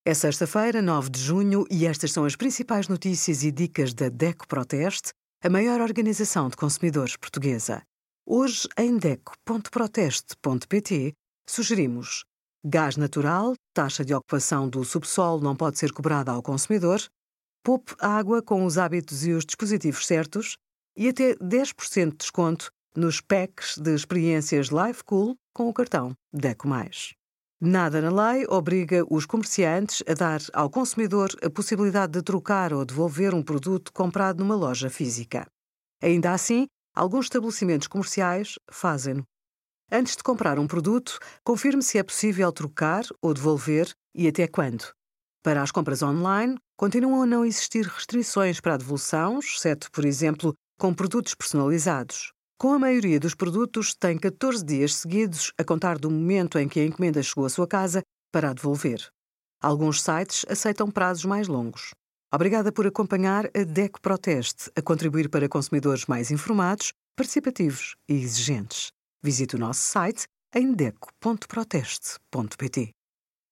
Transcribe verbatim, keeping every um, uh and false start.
É sexta-feira, nove de junho, e estas são as principais notícias e dicas da DECO Proteste, a maior organização de consumidores portuguesa. Hoje, em deco ponto proteste ponto pt, sugerimos: gás natural, taxa de ocupação do subsolo não pode ser cobrada ao consumidor, poupe água com os hábitos e os dispositivos certos e até dez por cento de desconto nos packs de experiências Live Cool com o cartão DECO mais. Nada na lei obriga os comerciantes a dar ao consumidor a possibilidade de trocar ou devolver um produto comprado numa loja física. Ainda assim, alguns estabelecimentos comerciais fazem-no. Antes de comprar um produto, confirme se é possível trocar ou devolver e até quando. Para as compras online, continuam a não existir restrições para a devolução, exceto, por exemplo, com produtos personalizados. Com a maioria dos produtos, tem catorze dias seguidos a contar do momento em que a encomenda chegou à sua casa para a devolver. Alguns sites aceitam prazos mais longos. Obrigada por acompanhar a DECO Proteste, a contribuir para consumidores mais informados, participativos e exigentes. Visite o nosso site em deco ponto proteste ponto pt.